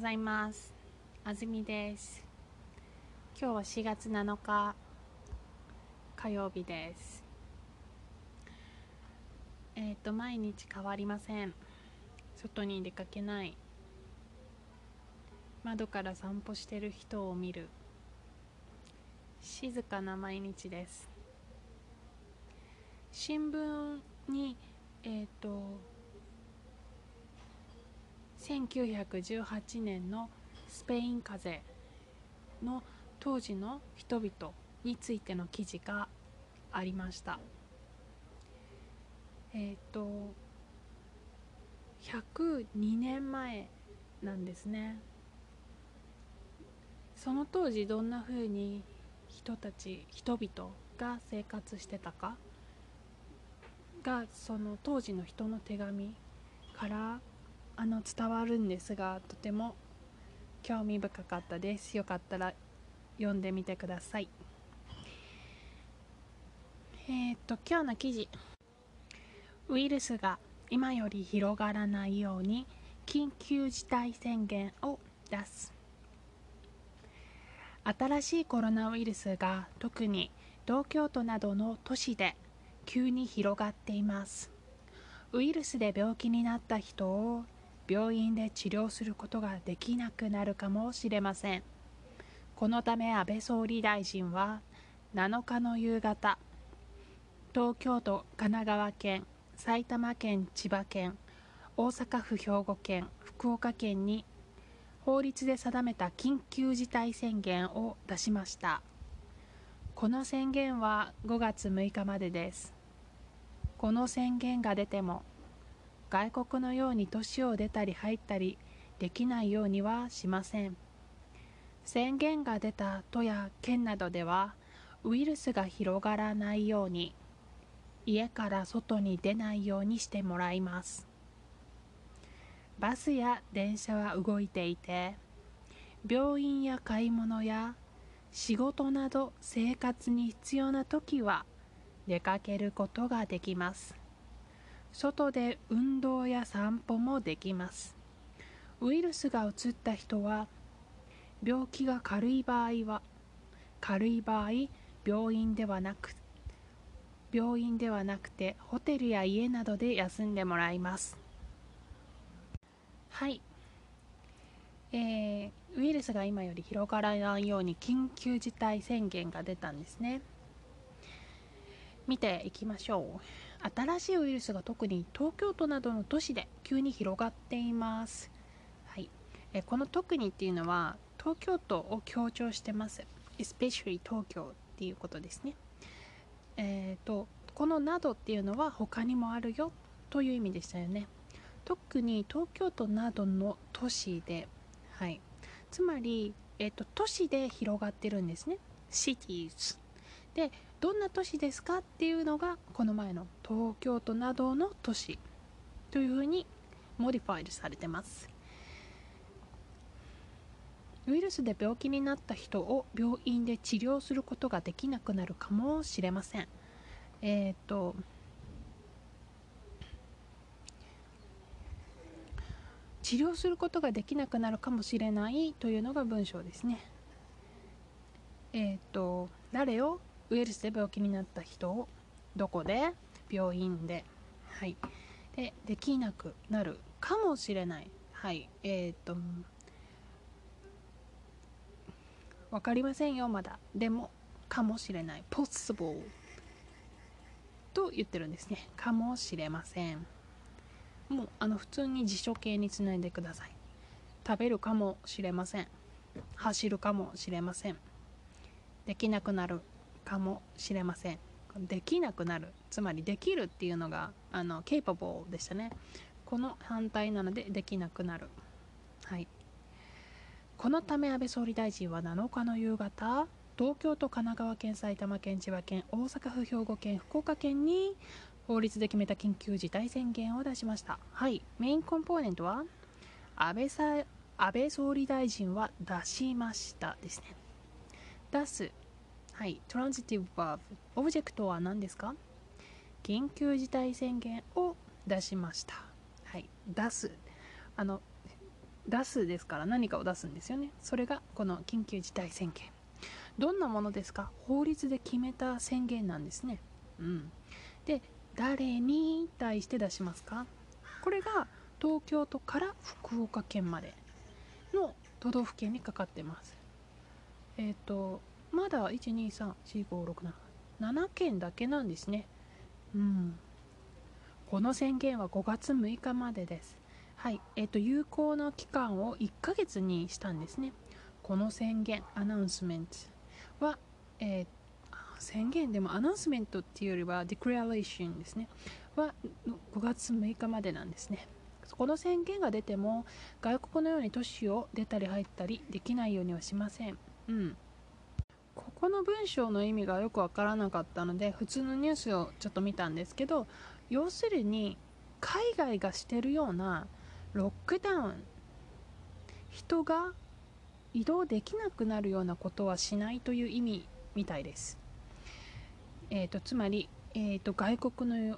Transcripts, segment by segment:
ざいます。あずみです。今日は4月7日火曜日です。毎日変わりません。外に出かけない。窓から散歩してる人を見る。静かな毎日です。新聞に1918年のスペイン風邪の当時の人々についての記事がありました。102年前なんですね。その当時どんな風に人々が生活してたかが、その当時の人の手紙から伝わるんですが、とても興味深かったです。よかったら読んでみてください。今日の記事、ウイルスが今より広がらないように緊急事態宣言を出す。新しいコロナウイルスが特に東京都などの都市で急に広がっています。ウイルスで病気になった人を病院で治療することができなくなるかもしれません。このため安倍総理大臣は7日の夕方、東京都、神奈川県、埼玉県、千葉県、大阪府、兵庫県、福岡県に法律で定めた緊急事態宣言を出しました。この宣言は5月6日までです。この宣言が出ても外国のように都市を出たり入ったりできないようにはしません。宣言が出た都や県などではウイルスが広がらないように家から外に出ないようにしてもらいます。バスや電車は動いていて、病院や買い物や仕事など生活に必要な時は出かけることができます。外で運動や散歩もできます。ウイルスがうつった人は病気が軽い場合病院ではなくてホテルや家などで休んでもらいます。はい、ウイルスが今より広がらないように緊急事態宣言が出たんですね。見ていきましょう。新しいウイルスが特に東京都などの都市で急に広がっています。はい、この特にっていうのは東京都を強調してます。especially 東京っていうことですね。このなどっていうのは他にもあるよという意味でしたよね。特に東京都などの都市で、はい、つまり、都市で広がってるんですね。cities で、どんな都市ですかっていうのがこの前の東京都などの都市というふうにモディファイドされてます。ウイルスで病気になった人を病院で治療することができなくなるかもしれません。治療することができなくなるかもしれないというのが文章ですね。誰をウイルスで病気になった人をどこで病院で、はい、できなくなるかもしれない。はい、わかりませんよまだ。でもかもしれない possible と言ってるんですね。かもしれません。もう普通に辞書形につないでください。食べるかもしれません。走るかもしれません。できなくなるかもしれません。できなくなる、つまりできるっていうのがcapable でしたね。この反対なのでできなくなる。はい、このため安倍総理大臣は7日の夕方、東京都、神奈川県、埼玉県、千葉県、大阪府、兵庫県、福岡県に法律で決めた緊急事態宣言を出しました。はい、メインコンポーネントは安倍総理大臣は出しましたですね。出す、はい、トランジティブバーブ、オブジェクトは何ですか？緊急事態宣言を出しました。はい、出す、 出すですから、何かを出すんですよね。それがこの緊急事態宣言。どんなものですか？法律で決めた宣言なんですね。で、誰に対して出しますか？これが東京都から福岡県までの都道府県にかかってます。まだ1234567県だけなんですね。この宣言は5月6日までです。はい、有効な期間を1ヶ月にしたんですね。この宣言、アナウンスメントは、宣言でもアナウンスメントっていうよりはデクラレーションですね。は5月6日までなんですね。この宣言が出ても外国のように都市を出たり入ったりできないようにはしません。ここの文章の意味がよくわからなかったので普通のニュースをちょっと見たんですけど、要するに海外がしてるようなロックダウン、人が移動できなくなるようなことはしないという意味みたいです。つまり、外国の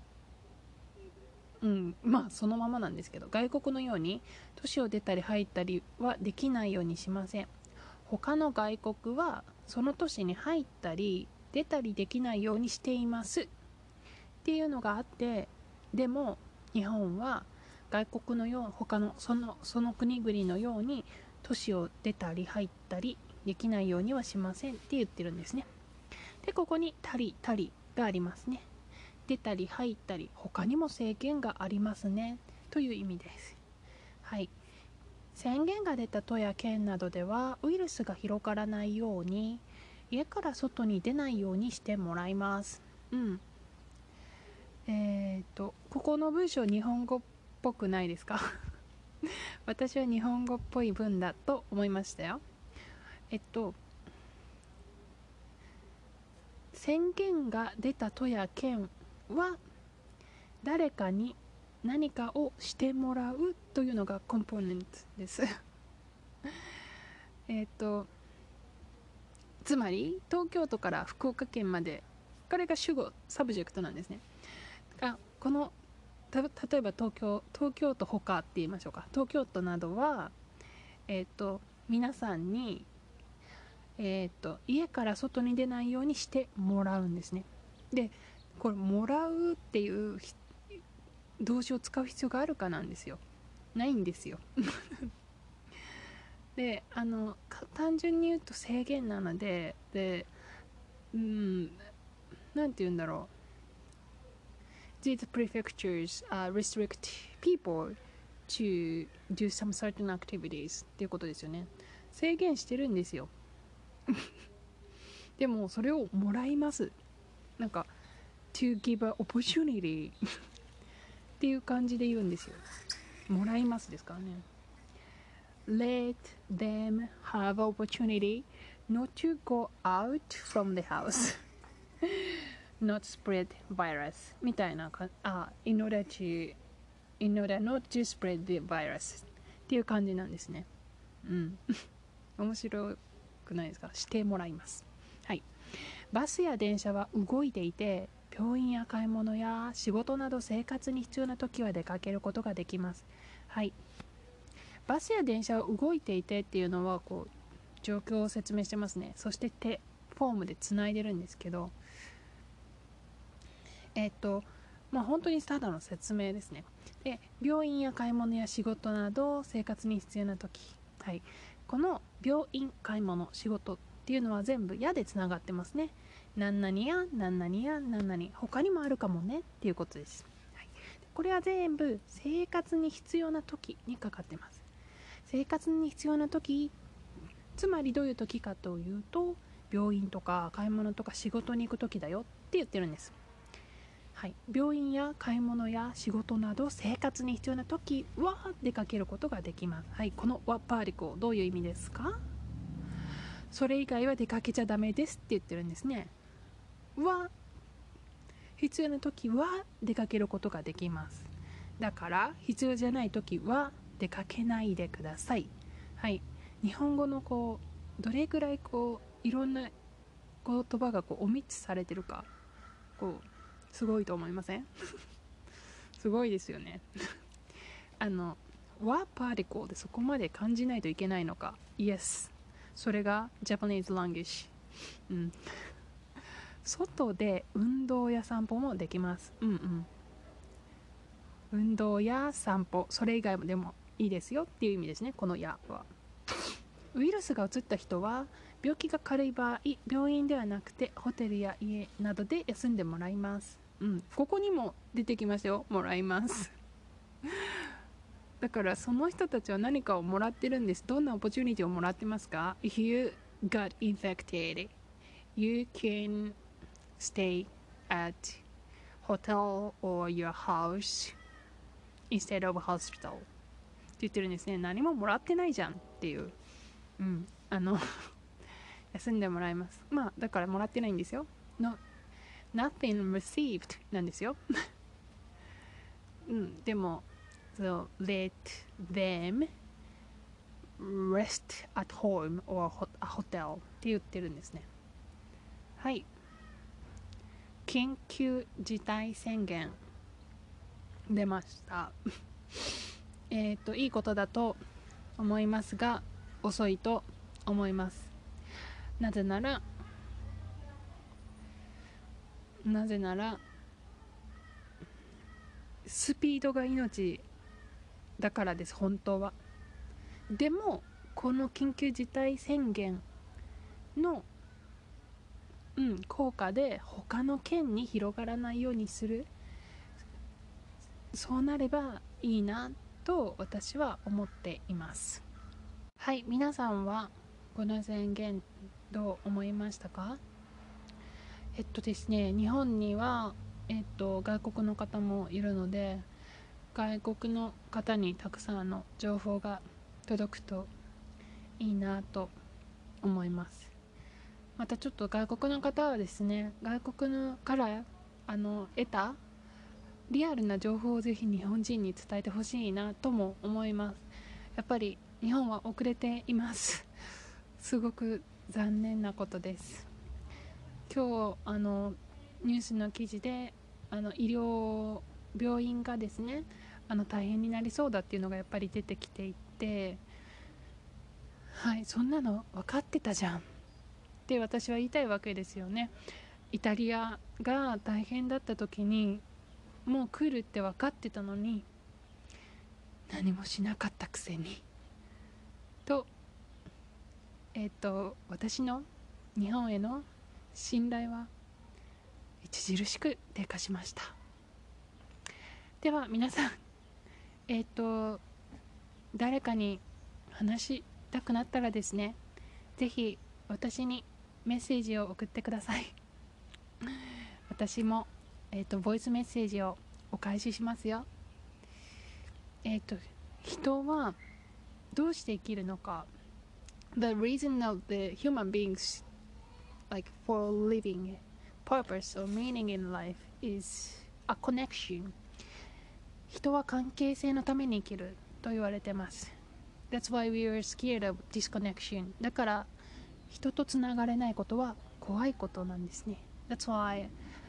そのままなんですけど、外国のように都市を出たり入ったりはできないようにしません。他の外国はその都市に入ったり出たりできないようにしていますっていうのがあって、でも日本は外国のよう他のその国々のように都市を出たり入ったりできないようにはしませんって言ってるんですね。で、ここにたりがありますね。出たり入ったり他にも制限がありますねという意味です。はい、宣言が出た都や県などではウイルスが広がらないように家から外に出ないようにしてもらいます。ここの文章日本語っぽくないですか？私は日本語っぽい文だと思いましたよ。宣言が出た都や県は誰かに何かをしてもらうというのがコンポーネントです。つまり東京都から福岡県まで、これが主語サブジェクトなんですね。この例えば東京都他って言いましょうか。東京都などは、皆さんに、家から外に出ないようにしてもらうんですね。で、これもらうっていう動詞を使う必要があるかなんですよ。ないんですよ。で、単純に言うと制限なので、なんて言うんだろう。These prefectures restrict people to do some certain activities っていうことですよね。制限してるんですよ。でもそれをもらいます。なんか to give an opportunity っていう感じで言うんですよ。もらいますですからね。Let them have opportunity not to go out from the house not spread virus みたいなin order not to spread the virus っていう感じなんですね。面白くないですか？してもらいます。はい。バスや電車は動いていて、病院や買い物や仕事など生活に必要な時は出かけることができます。はい。バスや電車は動いていてっていうのはこう状況を説明してますね。そしてフォームでつないでるんですけど、本当にただの説明ですね。で、病院や買い物や仕事など生活に必要な時、はい、この病院、買い物、仕事っていうのは全部やでつながってますね。何々や何々や何々、他にもあるかもねっていうことです。はい、これは全部生活に必要な時にかかってます。生活に必要な時、つまりどういう時かというと、病院とか買い物とか仕事に行く時だよって言ってるんです。はい、病院や買い物や仕事など生活に必要な時は出かけることができます。はい、このワパーリコどういう意味ですか？それ以外は出かけちゃダメですって言ってるんですね。は必要な時は出かけることができます。だから必要じゃない時は出かけないでください。はい、日本語のどれぐらいいろんな言葉がオミットされてるかすごいと思いません？すごいですよね。 What particle でそこまで感じないといけないのか。 Yes、 それが Japanese language。 外で運動や散歩もできます。運動や散歩、それ以外でもいいですよっていう意味ですね、このやは。ウイルスがうつった人は病気が軽い場合、病院ではなくてホテルや家などで休んでもらいます。ここにも出てきますよ、もらいますだからその人たちは何かをもらってるんです。どんなオポチュニティをもらってますか？ If you got infected, you can stay at hotel or your house instead of hospital って言ってるんですね。何ももらってないじゃんっていう。休んでもらいます。だからもらってないんですよ。Nothing received なんですよ。でも、so let them rest at home or a hotel って言ってるんですね。はい。緊急事態宣言出ましたいいことだと思いますが遅いと思います。なぜならスピードが命だからです、本当は。でもこの緊急事態宣言の効果で他の県に広がらないようにする、そうなればいいなと私は思っています。はい、皆さんはこの宣言どう思いましたか？ですね、日本には、外国の方もいるので、外国の方にたくさんの情報が届くといいなと思います。またちょっと外国の方はですね、外国のから得たリアルな情報をぜひ日本人に伝えてほしいなとも思います。やっぱり日本は遅れていますすごく残念なことです。今日ニュースの記事で病院がですね大変になりそうだっていうのがやっぱり出てきていて、はい、そんなの分かってたじゃんって私は言いたいわけですよね。イタリアが大変だった時にもう来るって分かってたのに何もしなかったくせにと、私の日本への信頼は著しく低下しました。では皆さん、誰かに話したくなったらですね、ぜひ私にメッセージを送ってください。私も、ボイスメッセージをお返ししますよ。人はどうして生きるのか。The reason of the human beings like for living purpose or meaning in life is a connection. 人は関係性のために生きると言われてます。That's why we are scared of disconnection. だから人とつながれないことは怖いことなんですね。That's why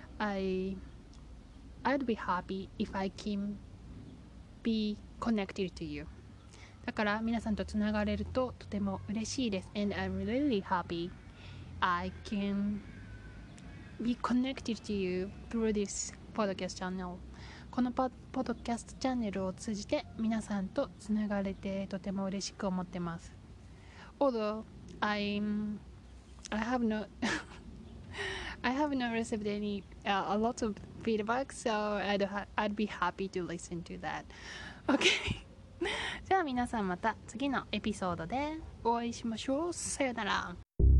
I'd be happy if I can be connected to you. だから皆さんとつながれるととても嬉しいです。And I'm really happy I can be connected to you through this podcast channel. このポッドキャストチャンネルを通じて皆さんとつながれてとても嬉しく思ってます。Although I have no I have not received any a lot of feedback, so I'd be happy to listen to that. Okay. じゃあ皆さんまた次のエピソードでお会いしましょう。さよなら。